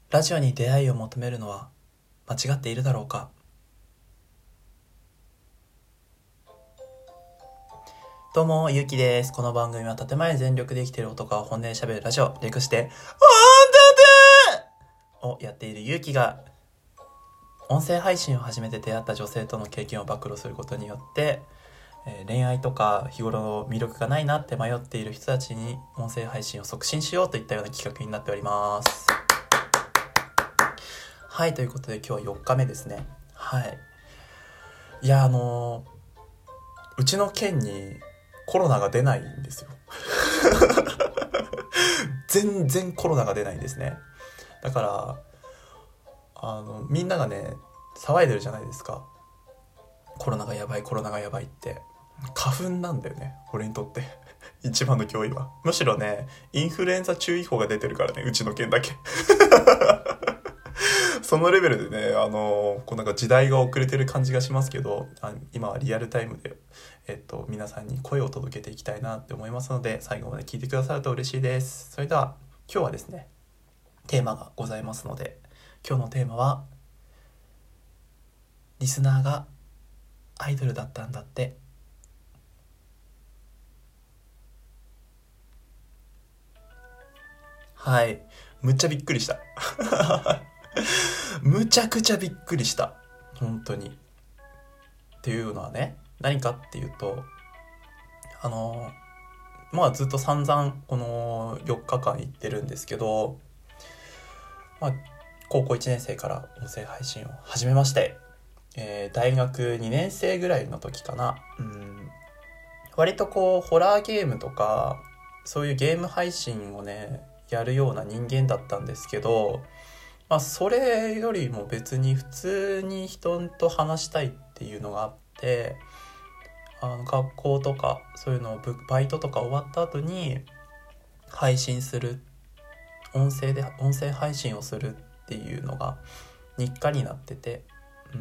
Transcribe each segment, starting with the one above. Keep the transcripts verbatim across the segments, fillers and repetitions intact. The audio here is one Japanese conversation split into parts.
ラジオに出会いを求めるのは間違っているだろうか。どうもゆうきです。この番組は建前全力で生きている男が本音で喋るラジオ、略して「ほんとで!」をやっているゆうきが、音声配信を始めて出会った女性との経験を暴露することによって、えー、恋愛とか日頃の魅力がないなって迷っている人たちに音声配信を促進しようといったような企画になっております。はい、ということで今日はよっかめですね。はい。いや、あのー、うちの県にコロナが出ないんですよ。全然コロナが出ないんですね。だから、あの、みんながね、騒いでるじゃないですか。コロナがやばい、コロナがやばいって。花粉なんだよね、俺にとって。一番の脅威は。むしろね、インフルエンザ注意報が出てるからね、うちの県だけ。そのレベルでね、あのこうなんか時代が遅れてる感じがしますけど、あ今はリアルタイムで、えっと、皆さんに声を届けていきたいなって思いますので、最後まで聞いてくださると嬉しいです。それでは今日はですね、テーマがございますので、今日のテーマは、リスナーがアイドルだったんだって。はい、むっちゃびっくりした。むちゃくちゃびっくりした、本当に。っていうのはね、何かっていうと、あのまあずっと散々このよっかかん行ってるんですけど、まあ、高校いちねん生から音声配信を始めまして、えー、大学にねん生ぐらいの時かな、うん、割とこうホラーゲームとかそういうゲーム配信をねやるような人間だったんですけど、まあ、それよりも別に普通に人と話したいっていうのがあって、あの学校とかそういうのをバイトとか終わった後に配信する、音声で音声配信をするっていうのが日課になってて、うん、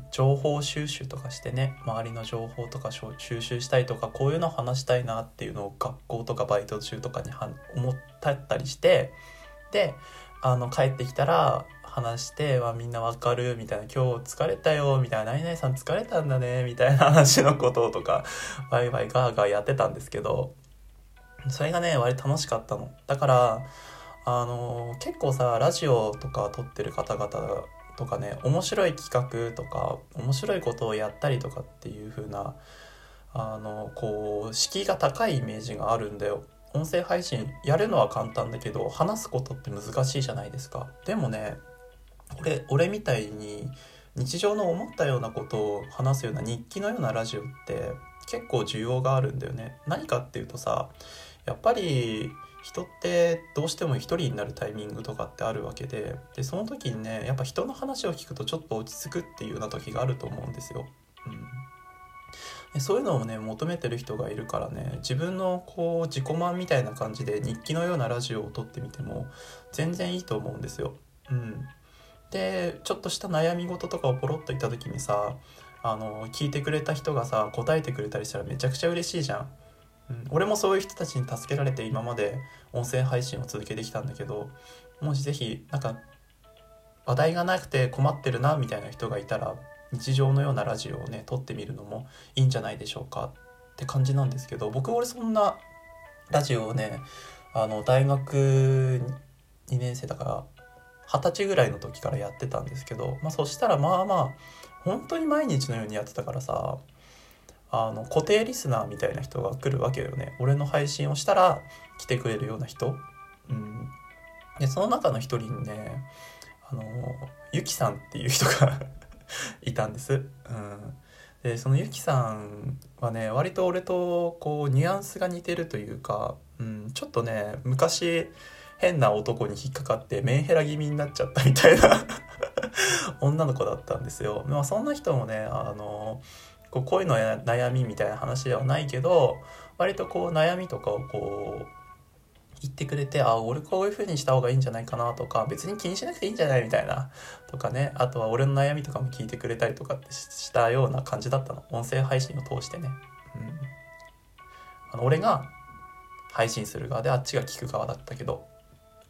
情報収集とかしてね、周りの情報とか収集したいとか、こういうのを話したいなっていうのを学校とかバイト中とかには思ったりして、であの帰ってきたら話して、まあ、みんなわかるみたいな、今日疲れたよみたいな、何々さん疲れたんだねみたいな話のこととかワイワイガーガーやってたんですけど、それがね割と楽しかったの。だからあの結構さ、ラジオとか撮ってる方々とかね、面白い企画とか面白いことをやったりとかっていう風な、あのこう敷居が高いイメージがあるんだよ。音声配信やるのは簡単だけど話すことって難しいじゃないですか。でもね、俺俺みたいに日常の思ったようなことを話すような日記のようなラジオって結構需要があるんだよね。何かっていうとさ、やっぱり人ってどうしても一人になるタイミングとかってあるわけで、でその時にね、やっぱ人の話を聞くとちょっと落ち着くっていうような時があると思うんですよ。うん、でそういうのをね求めてる人がいるからね、自分のこう自己満みたいな感じで日記のようなラジオを撮ってみても全然いいと思うんですよ。うん、でちょっとした悩み事とかをポロッと言った時にさ、あの聞いてくれた人がさ答えてくれたりしたらめちゃくちゃ嬉しいじゃん。うん、俺もそういう人たちに助けられて今まで音声配信を続けてきたんだけど、もしぜひなんか話題がなくて困ってるなみたいな人がいたら、日常のようなラジオをね撮ってみるのもいいんじゃないでしょうかって感じなんですけど、僕俺そんなラジオをね、あの大学にねん生だからはたちぐらいの時からやってたんですけど、まあ、そしたらまあまあ本当に毎日のようにやってたからさ、あの固定リスナーみたいな人が来るわけよね。俺の配信をしたら来てくれるような人、うん、でその中の一人にね、あのゆきさんっていう人がいたんです。うん、でそのゆきさんはね割と俺とこうニュアンスが似てるというか、うん、ちょっとね昔変な男に引っかかってメンヘラ気味になっちゃったみたいな女の子だったんですよ。まあ、そんな人もね、あのこう恋の悩みみたいな話ではないけど、割とこう悩みとかをこう言ってくれて、あ、俺こういう風にした方がいいんじゃないかなとか、別に気にしなくていいんじゃないみたいなとかね、あとは俺の悩みとかも聞いてくれたりとかってしたような感じだったの、音声配信を通してね。うん、あの俺が配信する側であっちが聞く側だったけど、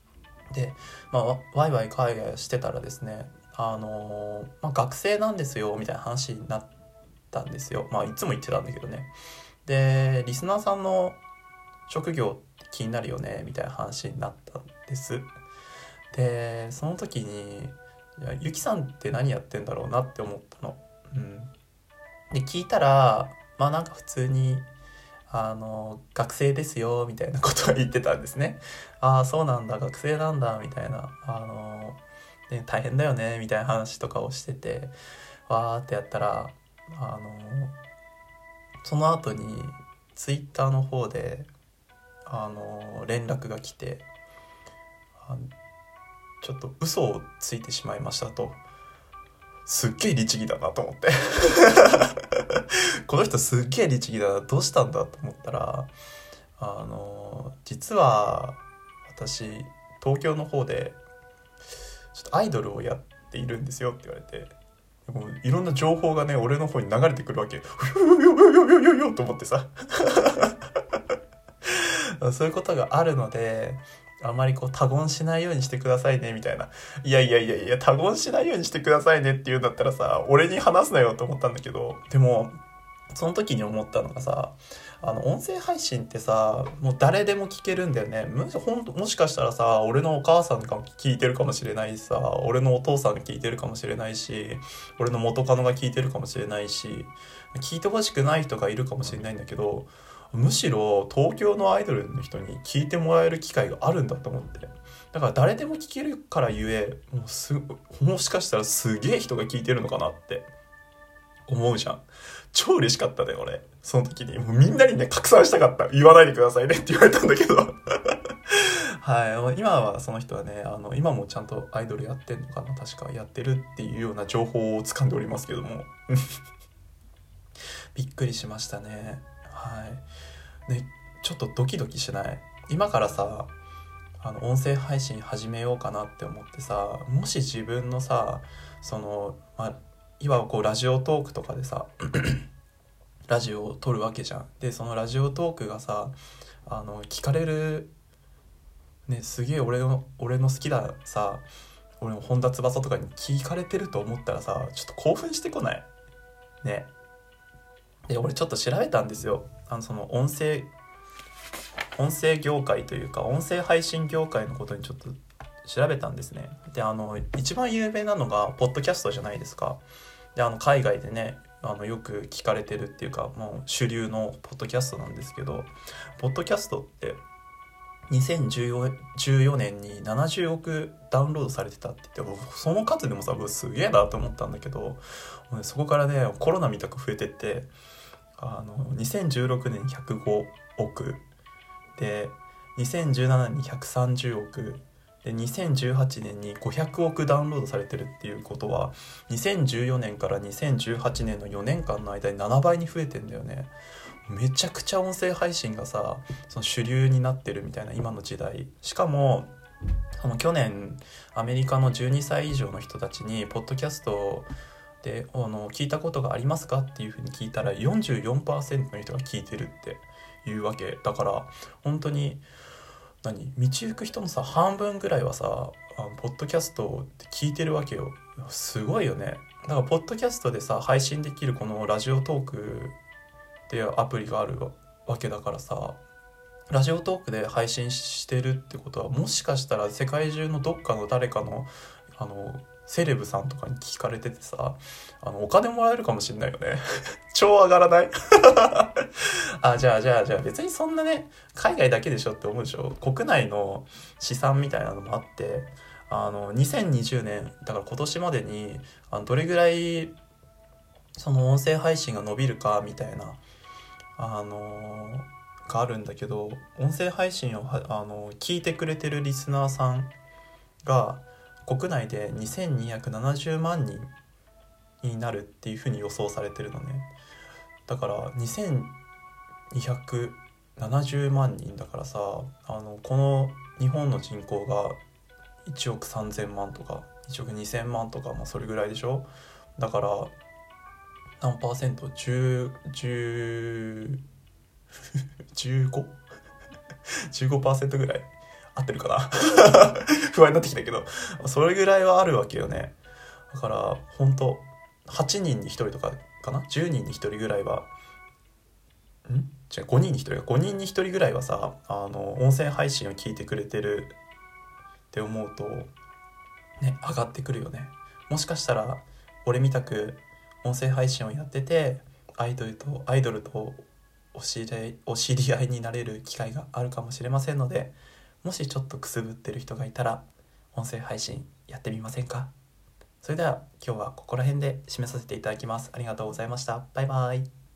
で、まあ、ワイワイ会話してたらですね、あのーまあ、学生なんですよみたいな話になったんですよ。まあいつも言ってたんだけどね。でリスナーさんの職業気になるよねみたいな話になったんです。でその時に、いやゆきさんって何やってんだろうなって思ったの。うん、で聞いたら、まあなんか普通にあの学生ですよみたいなことを言ってたんですね。ああそうなんだ、学生なんだみたいな、あの、ね、大変だよねみたいな話とかをしてて、わーってやったら、あのその後にツイッターの方であの連絡が来て、あちょっと嘘をついてしまいましたと。すっげえ律儀だなと思ってこの人すっげえ律儀だな、どうしたんだと思ったら、あの実は私東京の方でちょっとアイドルをやっているんですよって言われて、もういろんな情報がね俺の方に流れてくるわけ。ふよよよよよよと思ってさそういうことがあるので、あまりこう他言しないようにしてくださいねみたいな。いやいやいやいや、他言しないようにしてくださいねって言うんだったらさ、俺に話すなよと思ったんだけど、でもその時に思ったのがさ、あの音声配信ってさ、もう誰でも聞けるんだよね。むほんもしかしたらさ、俺のお母さんが聞いてるかもしれないしさ、俺のお父さんが聞いてるかもしれないし、俺の元カノが聞いてるかもしれないし、聞いてほしくない人がいるかもしれないんだけど、むしろ東京のアイドルの人に聞いてもらえる機会があるんだと思って、だから誰でも聞けるからゆえ、もうすもしかしたらすげえ人が聞いてるのかなって思うじゃん。超嬉しかったね俺その時に。もうみんなにね拡散したかった。言わないでくださいねって言われたんだけどはい、今はその人はね、あの今もちゃんとアイドルやってんのかな、確かやってるっていうような情報を掴んでおりますけどもびっくりしましたね。はいね、ちょっとドキドキしない？今からさ、あの音声配信始めようかなって思ってさ、もし自分のさ、その、まあ、いわばこうラジオトークとかでさラジオを撮るわけじゃん。でそのラジオトークがさ、あの聞かれるね、すげえ俺の俺の好きなさ、俺の本田翼とかに聞かれてると思ったらさ、ちょっと興奮してこないね。で俺ちょっと調べたんですよ。あのその音声音声業界というか音声配信業界のことにちょっと調べたんですね。であの一番有名なのがポッドキャストじゃないですか。であの海外でね、あのよく聞かれてるっていうか、もう主流のポッドキャストなんですけど、ポッドキャストってにせんじゅうよねんにななじゅうおくダウンロードされてたって言って、その数でもさすげえなと思ったんだけど、そこからねコロナみたく増えてって、あのにせんじゅうろくねんにひゃくごおくで、にせんじゅうななねんにひゃくさんじゅうおくで、にせんじゅうはちねんにごひゃくおくダウンロードされてるっていうことは、にせんじゅうよねんからにせんじゅうはちねんのよねんかんの間にななばいに増えてんだよね。めちゃくちゃ音声配信がさ、その主流になってるみたいな今の時代。しかもその去年アメリカのじゅうにさい以上の人たちにポッドキャストであの聞いたことがありますかっていうふうに聞いたら よんじゅうよんパーセント の人が聞いてるっていうわけだから、本当に何道行く人のさ半分ぐらいはさ、あのポッドキャストって聞いてるわけよ。すごいよね。だからポッドキャストでさ配信できるこのラジオトークっていうアプリがあるわけだからさ、ラジオトークで配信してるってことは、もしかしたら世界中のどっかの誰かのあのセレブさんとかに聞かれててさ、あのお金もらえるかもしんないよね超上がらないあ、じゃあじゃあじゃあ別にそんなね、海外だけでしょって思うでしょ。国内の試算みたいなのもあって、あのにせんにじゅうねんだから今年までにあのどれぐらいその音声配信が伸びるかみたいなあのー、があるんだけど、音声配信をはあの聞いてくれてるリスナーさんが国内でにせんにひゃくななじゅうまんにんになるっていうふうに予想されてるのね。だからにせんにひゃくななじゅうまんにんだからさ、あのこの日本の人口がいちおくさんぜんまんとかいちおくにせんまんとか、まあそれぐらいでしょ。だから何パーセント じゅう、じゅう、じゅうご? じゅうごパーセント ぐらい合ってるかな不安になってきたけど、それぐらいはあるわけよね。だから本当はちにんにひとりとかかな、じゅうにんにひとりぐらいはんじゃあごにんにひとりがごにんにひとりぐらいはさ、あの音声配信を聞いてくれてるって思うとね、上がってくるよね。もしかしたら俺みたく音声配信をやっててアイドルとアイドルとお知り合い、お知り合いになれる機会があるかもしれませんので、もしちょっとくすぶってる人がいたら音声配信やってみませんか。それでは今日はここら辺で締めさせていただきます。ありがとうございました。バイバイ。